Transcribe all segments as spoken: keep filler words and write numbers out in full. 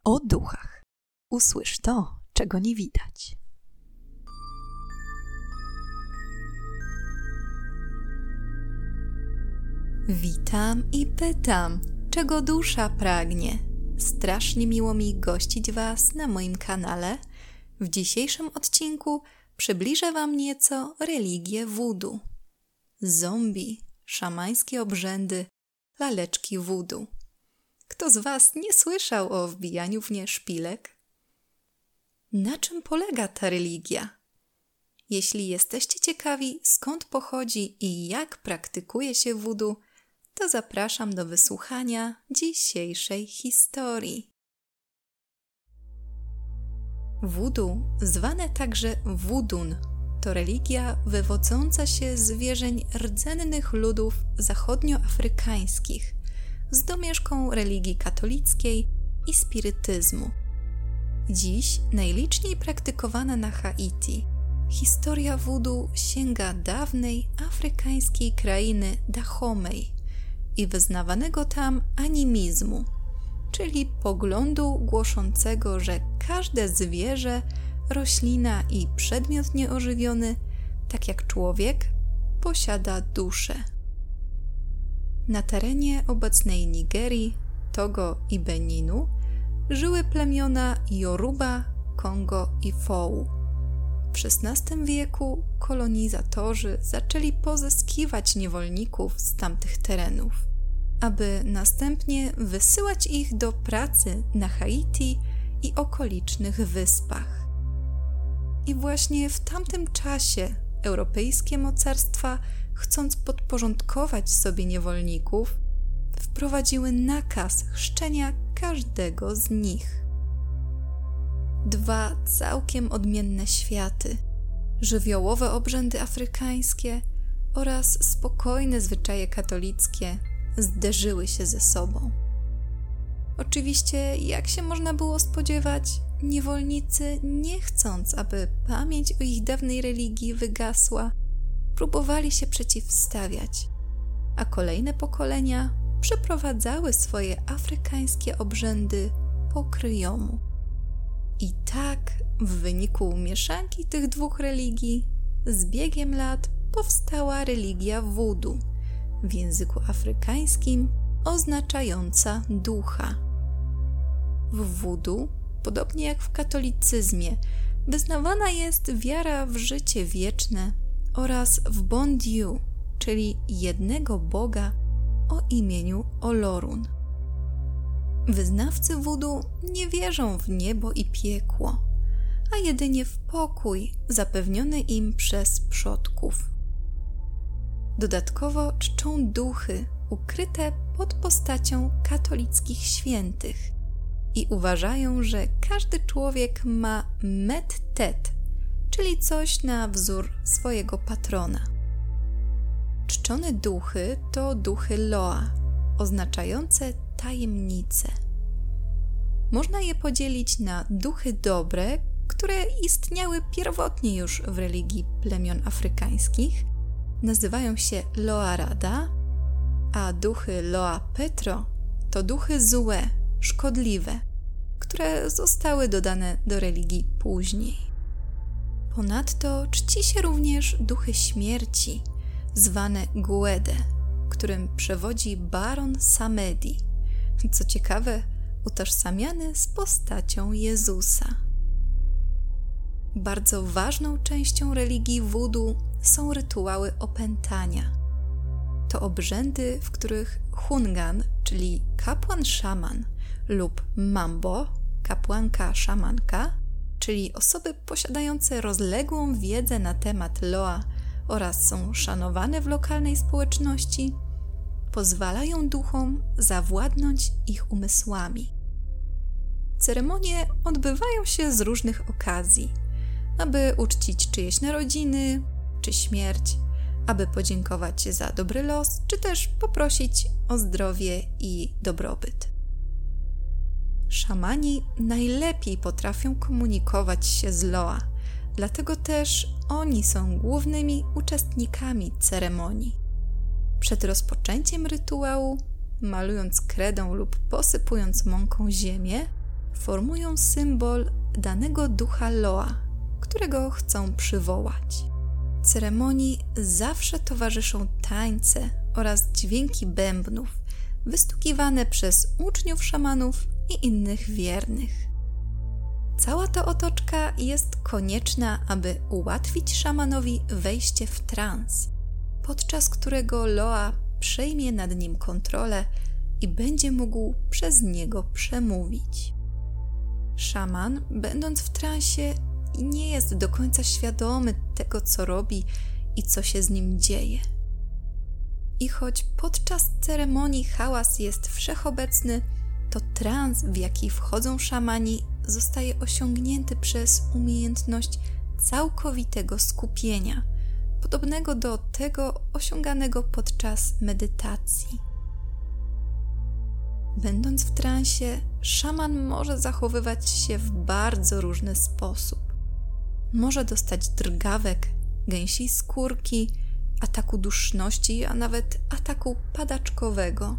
o duchach. Usłysz to, czego nie widać. Witam i pytam, czego dusza pragnie. Strasznie miło mi gościć Was na moim kanale. W dzisiejszym odcinku przybliżę Wam nieco religię voodoo. Zombie, szamańskie obrzędy, laleczki voodoo. Kto z Was nie słyszał o wbijaniu w nie szpilek? Na czym polega ta religia? Jeśli jesteście ciekawi, skąd pochodzi i jak praktykuje się voodoo, to zapraszam do wysłuchania dzisiejszej historii. Voodoo, zwane także wudun, to religia wywodząca się z wierzeń rdzennych ludów zachodnioafrykańskich, z domieszką religii katolickiej i spirytyzmu. Dziś najliczniej praktykowana na Haiti, historia voodoo sięga dawnej afrykańskiej krainy Dahomey i wyznawanego tam animizmu, czyli poglądu głoszącego, że każde zwierzę, roślina i przedmiot nieożywiony, tak jak człowiek, posiada duszę. Na terenie obecnej Nigerii, Togo i Beninu żyły plemiona Yoruba, Kongo i Fou. W szesnastym wieku kolonizatorzy zaczęli pozyskiwać niewolników z tamtych terenów, aby następnie wysyłać ich do pracy na Haiti i okolicznych wyspach. I właśnie w tamtym czasie europejskie mocarstwa, chcąc podporządkować sobie niewolników, wprowadziły nakaz chrzczenia każdego z nich. Dwa całkiem odmienne światy, żywiołowe obrzędy afrykańskie oraz spokojne zwyczaje katolickie, zderzyły się ze sobą. Oczywiście, jak się można było spodziewać, niewolnicy, nie chcąc, aby pamięć o ich dawnej religii wygasła, próbowali się przeciwstawiać, a kolejne pokolenia przeprowadzały swoje afrykańskie obrzędy po kryjomu. I tak w wyniku mieszanki tych dwóch religii z biegiem lat powstała religia voodoo, w języku afrykańskim oznaczająca ducha. W voodoo, podobnie jak w katolicyzmie, wyznawana jest wiara w życie wieczne oraz w bon Dieu, czyli jednego Boga o imieniu Olorun. Wyznawcy voodoo nie wierzą w niebo i piekło, a jedynie w pokój zapewniony im przez przodków. Dodatkowo czczą duchy ukryte pod postacią katolickich świętych i uważają, że każdy człowiek ma met-tet, czyli coś na wzór swojego patrona. Czczone duchy to duchy Loa, oznaczające tajemnice. Można je podzielić na duchy dobre, które istniały pierwotnie już w religii plemion afrykańskich, nazywają się Loa Rada, a duchy Loa Petro to duchy złe, szkodliwe, które zostały dodane do religii później. Ponadto czci się również duchy śmierci, zwane Guede, którym przewodzi Baron Samedi, co ciekawe, utożsamiany z postacią Jezusa. Bardzo ważną częścią religii voodoo są rytuały opętania. To obrzędy, w których hungan, czyli kapłan-szaman, lub mambo, kapłanka-szamanka, czyli osoby posiadające rozległą wiedzę na temat Loa oraz są szanowane w lokalnej społeczności, pozwalają duchom zawładnąć ich umysłami. Ceremonie odbywają się z różnych okazji, aby uczcić czyjeś narodziny czy śmierć, aby podziękować za dobry los, czy też poprosić o zdrowie i dobrobyt. Szamani najlepiej potrafią komunikować się z Loa, dlatego też oni są głównymi uczestnikami ceremonii. Przed rozpoczęciem rytuału, malując kredą lub posypując mąką ziemię, formują symbol danego ducha Loa, którego chcą przywołać. Ceremonii zawsze towarzyszą tańce oraz dźwięki bębnów, wystukiwane przez uczniów szamanów i innych wiernych. Cała ta otoczka jest konieczna, aby ułatwić szamanowi wejście w trans, podczas którego Loa przejmie nad nim kontrolę i będzie mógł przez niego przemówić. Szaman, będąc w transie, nie jest do końca świadomy tego, co robi i co się z nim dzieje. I choć podczas ceremonii hałas jest wszechobecny, to trans, w jaki wchodzą szamani, zostaje osiągnięty przez umiejętność całkowitego skupienia, podobnego do tego osiąganego podczas medytacji. Będąc w transie, szaman może zachowywać się w bardzo różny sposób. Może dostać drgawek, gęsiej skórki, ataku duszności, a nawet ataku padaczkowego.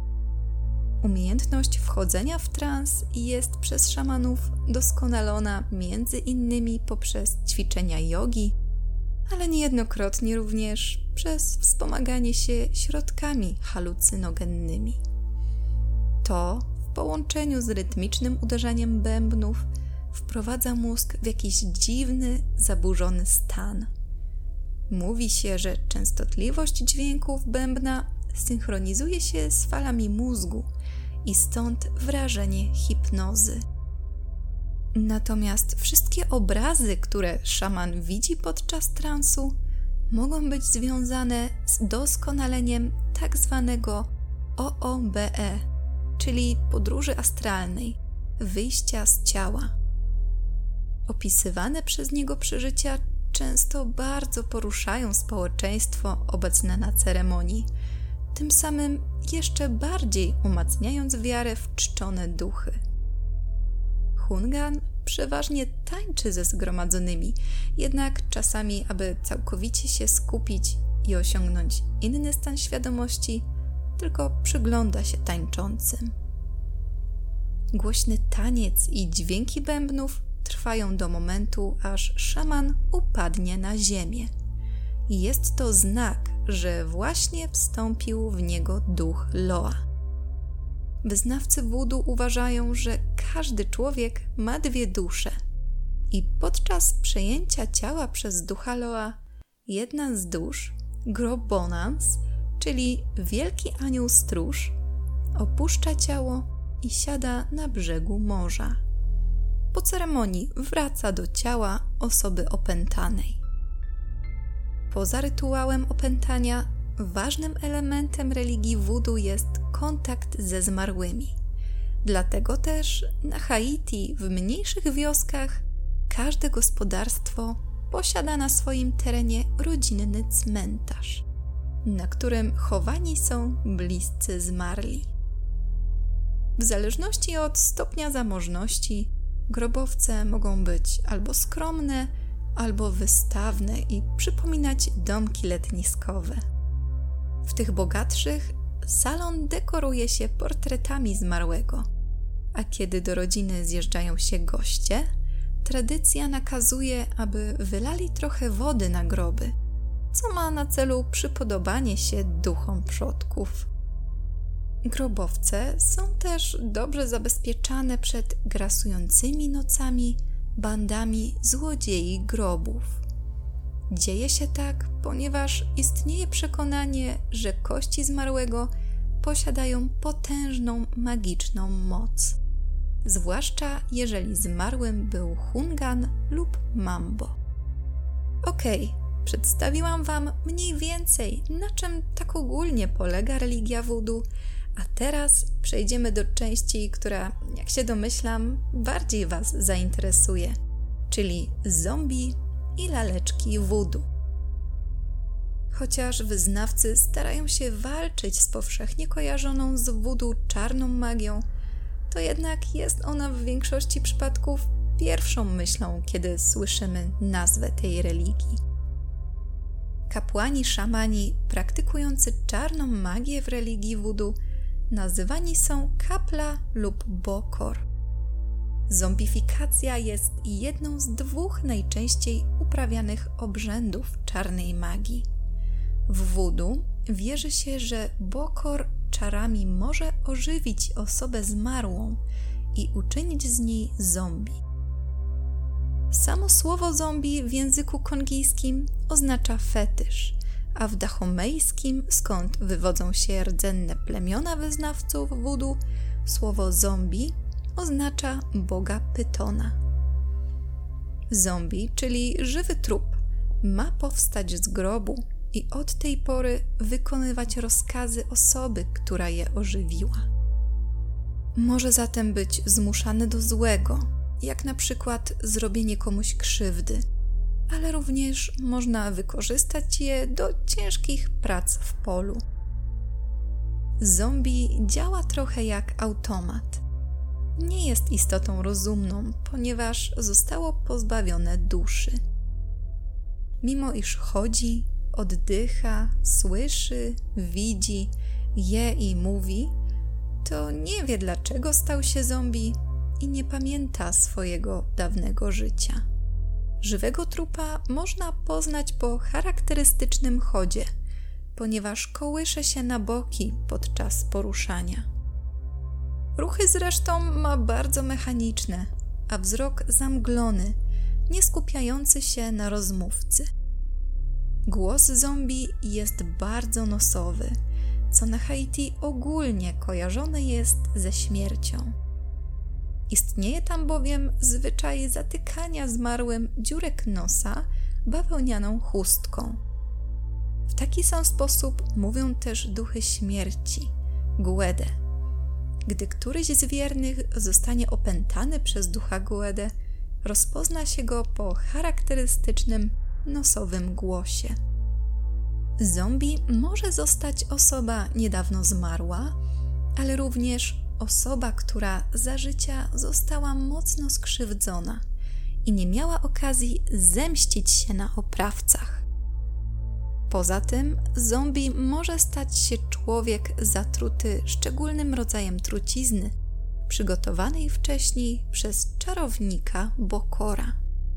Umiejętność wchodzenia w trans jest przez szamanów doskonalona między innymi poprzez ćwiczenia jogi, ale niejednokrotnie również przez wspomaganie się środkami halucynogennymi. To w połączeniu z rytmicznym uderzaniem bębnów wprowadza mózg w jakiś dziwny, zaburzony stan. Mówi się, że częstotliwość dźwięków bębna synchronizuje się z falami mózgu i stąd wrażenie hipnozy. Natomiast wszystkie obrazy, które szaman widzi podczas transu, mogą być związane z doskonaleniem tak zwanego O O B E, czyli podróży astralnej, wyjścia z ciała. Opisywane przez niego przeżycia często bardzo poruszają społeczeństwo obecne na ceremonii, tym samym jeszcze bardziej umacniając wiarę w czczone duchy. Hungan przeważnie tańczy ze zgromadzonymi, jednak czasami, aby całkowicie się skupić i osiągnąć inny stan świadomości, tylko przygląda się tańczącym. Głośny taniec i dźwięki bębnów trwają do momentu, aż szaman upadnie na ziemię. I jest to znak, że właśnie wstąpił w niego duch Loa. Wyznawcy wudu uważają, że każdy człowiek ma dwie dusze i podczas przejęcia ciała przez ducha Loa jedna z dusz, Grobonans, czyli wielki anioł stróż, opuszcza ciało i siada na brzegu morza. Po ceremonii wraca do ciała osoby opętanej. Poza rytuałem opętania, ważnym elementem religii wudu jest kontakt ze zmarłymi. Dlatego też na Haiti, w mniejszych wioskach, każde gospodarstwo posiada na swoim terenie rodzinny cmentarz, na którym chowani są bliscy zmarli. W zależności od stopnia zamożności, grobowce mogą być albo skromne, albo wystawne i przypominać domki letniskowe. W tych bogatszych salon dekoruje się portretami zmarłego, a kiedy do rodziny zjeżdżają się goście, tradycja nakazuje, aby wylali trochę wody na groby, co ma na celu przypodobanie się duchom przodków. Grobowce są też dobrze zabezpieczane przed grasującymi nocami bandami złodziei grobów. Dzieje się tak, ponieważ istnieje przekonanie, że kości zmarłego posiadają potężną magiczną moc, zwłaszcza jeżeli zmarłym był Hungan lub Mambo. Okej, okay, przedstawiłam Wam mniej więcej, na czym tak ogólnie polega religia wudu, a teraz przejdziemy do części, która, jak się domyślam, bardziej Was zainteresuje, czyli zombie i laleczki wudu. Chociaż wyznawcy starają się walczyć z powszechnie kojarzoną z wudu czarną magią, to jednak jest ona w większości przypadków pierwszą myślą, kiedy słyszymy nazwę tej religii. Kapłani szamani praktykujący czarną magię w religii wudu nazywani są kapla lub bokor. Zombifikacja jest jedną z dwóch najczęściej uprawianych obrzędów czarnej magii. W voodoo wierzy się, że Bokor czarami może ożywić osobę zmarłą i uczynić z niej zombie. Samo słowo zombie w języku kongijskim oznacza fetysz, a w dahomeyjskim, skąd wywodzą się rdzenne plemiona wyznawców voodoo, słowo zombie oznacza boga Pytona. Zombie, czyli żywy trup, ma powstać z grobu i od tej pory wykonywać rozkazy osoby, która je ożywiła. Może zatem być zmuszany do złego, jak na przykład zrobienie komuś krzywdy, ale również można wykorzystać je do ciężkich prac w polu. Zombie działa trochę jak automat. Nie jest istotą rozumną, ponieważ zostało pozbawione duszy. Mimo iż chodzi, oddycha, słyszy, widzi, je i mówi, to nie wie, dlaczego stał się zombie i nie pamięta swojego dawnego życia. Żywego trupa można poznać po charakterystycznym chodzie, ponieważ kołysze się na boki podczas poruszania. Ruchy zresztą ma bardzo mechaniczne, a wzrok zamglony, nie skupiający się na rozmówcy. Głos zombie jest bardzo nosowy, co na Haiti ogólnie kojarzone jest ze śmiercią. Istnieje tam bowiem zwyczaj zatykania zmarłym dziurek nosa bawełnianą chustką. W taki sam sposób mówią też duchy śmierci, Guede. Gdy któryś z wiernych zostanie opętany przez ducha Guede, rozpozna się go po charakterystycznym nosowym głosie. Zombie może zostać osoba niedawno zmarła, ale również osoba, która za życia została mocno skrzywdzona i nie miała okazji zemścić się na oprawcach. Poza tym zombie może stać się człowiek zatruty szczególnym rodzajem trucizny, przygotowanej wcześniej przez czarownika Bokora.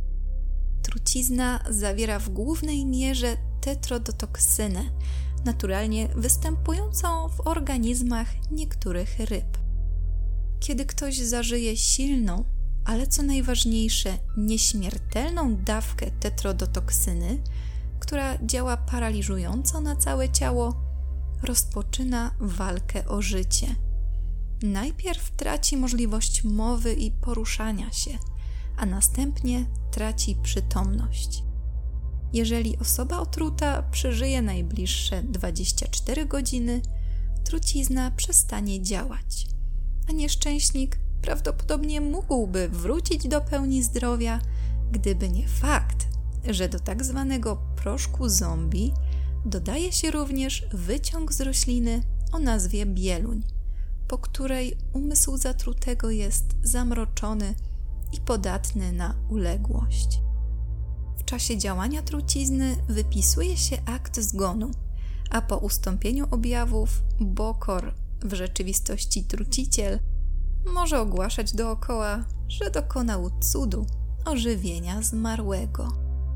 Trucizna zawiera w głównej mierze tetrodotoksynę, naturalnie występującą w organizmach niektórych ryb. Kiedy ktoś zażyje silną, ale co najważniejsze, nieśmiertelną dawkę tetrodotoksyny, która działa paraliżująco na całe ciało, rozpoczyna walkę o życie. Najpierw traci możliwość mowy i poruszania się, a następnie traci przytomność. Jeżeli osoba otruta przeżyje najbliższe dwadzieścia cztery godziny, trucizna przestanie działać, a nieszczęśnik prawdopodobnie mógłby wrócić do pełni zdrowia, gdyby nie fakt, że do tak zwanego proszku zombie dodaje się również wyciąg z rośliny o nazwie bieluń, po której umysł zatrutego jest zamroczony i podatny na uległość. W czasie działania trucizny wypisuje się akt zgonu, a po ustąpieniu objawów Bokor, w rzeczywistości truciciel, może ogłaszać dookoła, że dokonał cudu ożywienia zmarłego.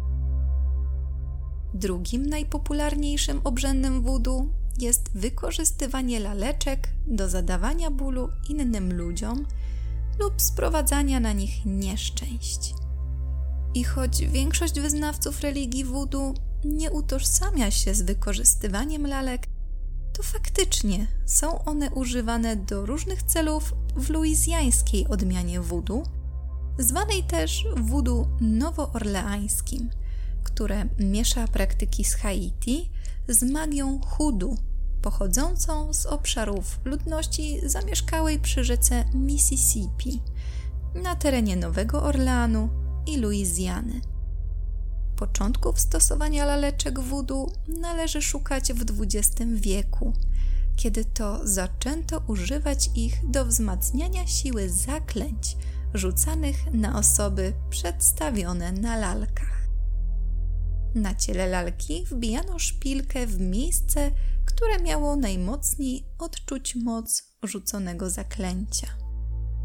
Drugim najpopularniejszym obrzędem voodoo jest wykorzystywanie laleczek do zadawania bólu innym ludziom lub sprowadzania na nich nieszczęść. I choć większość wyznawców religii voodoo nie utożsamia się z wykorzystywaniem lalek, to faktycznie są one używane do różnych celów w luizjańskiej odmianie voodoo, zwanej też voodoo nowoorleańskim, które miesza praktyki z Haiti z magią hoodoo, pochodzącą z obszarów ludności zamieszkałej przy rzece Mississippi, na terenie Nowego Orleanu i Luizjany. Początków stosowania laleczek voodoo należy szukać w dwudziestym wieku, kiedy to zaczęto używać ich do wzmacniania siły zaklęć rzucanych na osoby przedstawione na lalkach. Na ciele lalki wbijano szpilkę w miejsce, które miało najmocniej odczuć moc rzuconego zaklęcia.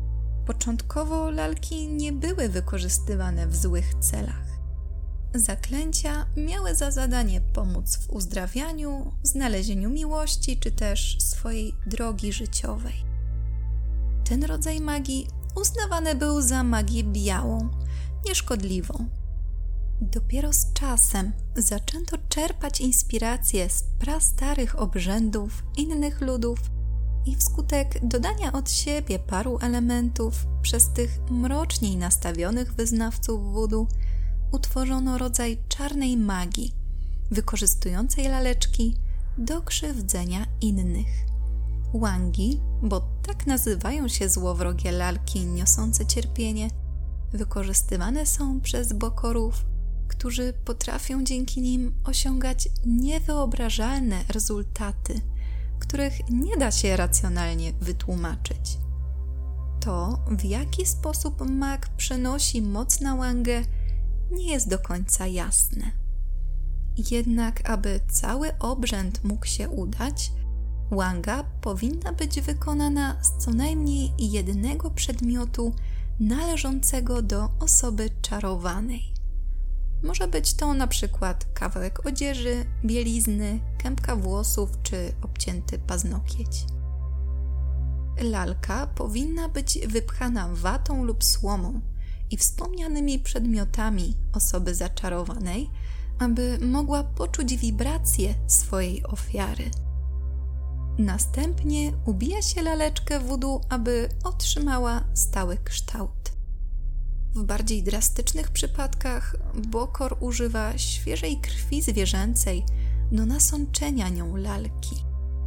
Początkowo lalki nie były wykorzystywane w złych celach. Zaklęcia miały za zadanie pomóc w uzdrawianiu, znalezieniu miłości czy też swojej drogi życiowej. Ten rodzaj magii uznawany był za magię białą, nieszkodliwą. Dopiero z czasem zaczęto czerpać inspiracje z prastarych obrzędów innych ludów i wskutek dodania od siebie paru elementów przez tych mroczniej nastawionych wyznawców voodoo utworzono rodzaj czarnej magii, wykorzystującej laleczki do krzywdzenia innych. Wangi, bo tak nazywają się złowrogie lalki niosące cierpienie, wykorzystywane są przez bokorów, którzy potrafią dzięki nim osiągać niewyobrażalne rezultaty, których nie da się racjonalnie wytłumaczyć. To, w jaki sposób mag przenosi moc na Wangę, nie jest do końca jasne. Jednak, aby cały obrzęd mógł się udać, Wanga powinna być wykonana z co najmniej jednego przedmiotu należącego do osoby czarowanej. Może być to na przykład kawałek odzieży, bielizny, kępka włosów czy obcięty paznokieć. Lalka powinna być wypchana watą lub słomą i wspomnianymi przedmiotami osoby zaczarowanej, aby mogła poczuć wibrację swojej ofiary. Następnie ubija się laleczkę voodoo, aby otrzymała stały kształt. W bardziej drastycznych przypadkach bokor używa świeżej krwi zwierzęcej do nasączenia nią lalki.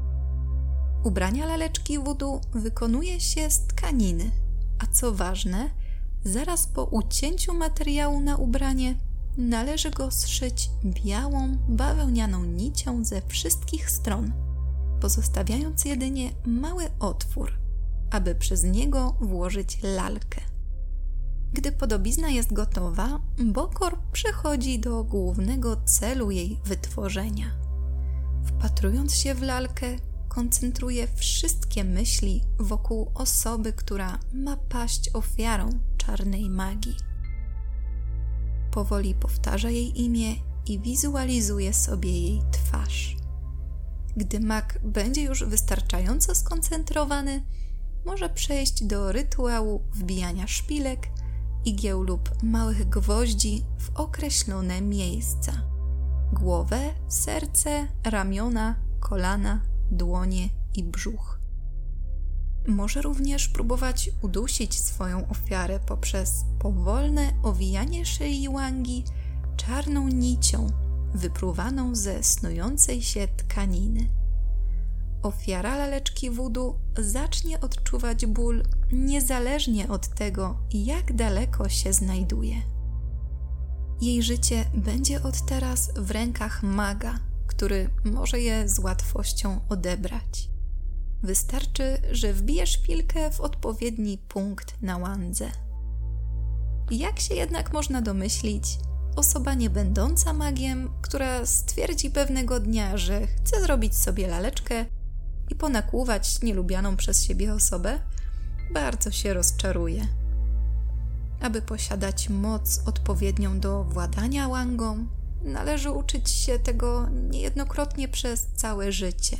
Ubrania laleczki voodoo wykonuje się z tkaniny, a co ważne, zaraz po ucięciu materiału na ubranie należy go zszyć białą, bawełnianą nicią ze wszystkich stron, pozostawiając jedynie mały otwór, aby przez niego włożyć lalkę. Gdy podobizna jest gotowa, bokor przechodzi do głównego celu jej wytworzenia. Wpatrując się w lalkę, koncentruje wszystkie myśli wokół osoby, która ma paść ofiarą czarnej magii. Powoli powtarza jej imię i wizualizuje sobie jej twarz. Gdy mag będzie już wystarczająco skoncentrowany, może przejść do rytuału wbijania szpilek, igieł lub małych gwoździ w określone miejsca: głowę, serce, ramiona, kolana, dłonie i brzuch. Może również próbować udusić swoją ofiarę poprzez powolne owijanie szyi Wangi czarną nicią wypruwaną ze snującej się tkaniny. Ofiara laleczki voodoo zacznie odczuwać ból niezależnie od tego, jak daleko się znajduje. Jej życie będzie od teraz w rękach maga, który może je z łatwością odebrać. Wystarczy, że wbije szpilkę w odpowiedni punkt na Wandze. Jak się jednak można domyślić, osoba nie będąca magiem, która stwierdzi pewnego dnia, że chce zrobić sobie laleczkę i ponakłuwać nielubianą przez siebie osobę, bardzo się rozczaruje. Aby posiadać moc odpowiednią do władania Wangą, należy uczyć się tego niejednokrotnie przez całe życie.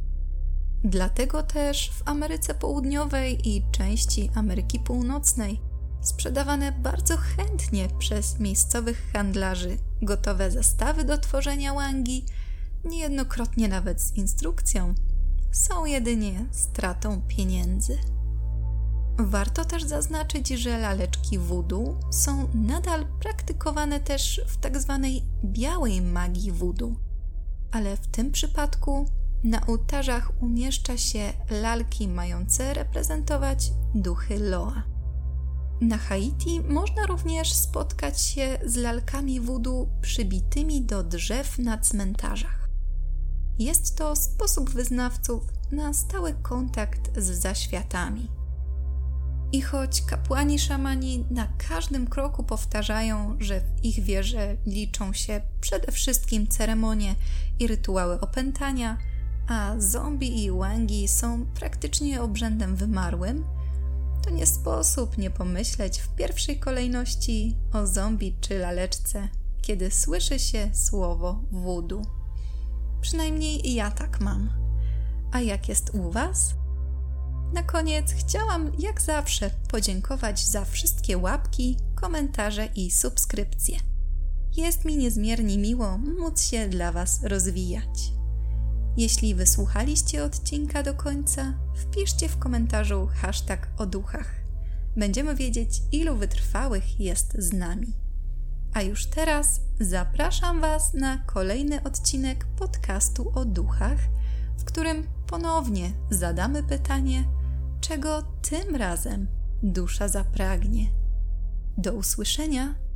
Dlatego też w Ameryce Południowej i części Ameryki Północnej sprzedawane bardzo chętnie przez miejscowych handlarzy gotowe zestawy do tworzenia Wangi, niejednokrotnie nawet z instrukcją, są jedynie stratą pieniędzy. Warto też zaznaczyć, że laleczki voodoo są nadal praktykowane też w tak zwanej białej magii voodoo, ale w tym przypadku na ołtarzach umieszcza się lalki mające reprezentować duchy Loa. Na Haiti można również spotkać się z lalkami voodoo przybitymi do drzew na cmentarzach. Jest to sposób wyznawców na stały kontakt z zaświatami. I choć kapłani szamani na każdym kroku powtarzają, że w ich wierze liczą się przede wszystkim ceremonie i rytuały opętania, a zombie i wangi są praktycznie obrzędem wymarłym, to nie sposób nie pomyśleć w pierwszej kolejności o zombie czy laleczce, kiedy słyszy się słowo voodoo. Przynajmniej ja tak mam. A jak jest u Was? Na koniec chciałam, jak zawsze, podziękować za wszystkie łapki, komentarze i subskrypcje. Jest mi niezmiernie miło móc się dla Was rozwijać. Jeśli wysłuchaliście odcinka do końca, wpiszcie w komentarzu hashtag o duchach. Będziemy wiedzieć, ilu wytrwałych jest z nami. A już teraz zapraszam Was na kolejny odcinek podcastu o duchach, w którym ponownie zadamy pytanie, czego tym razem dusza zapragnie. Do usłyszenia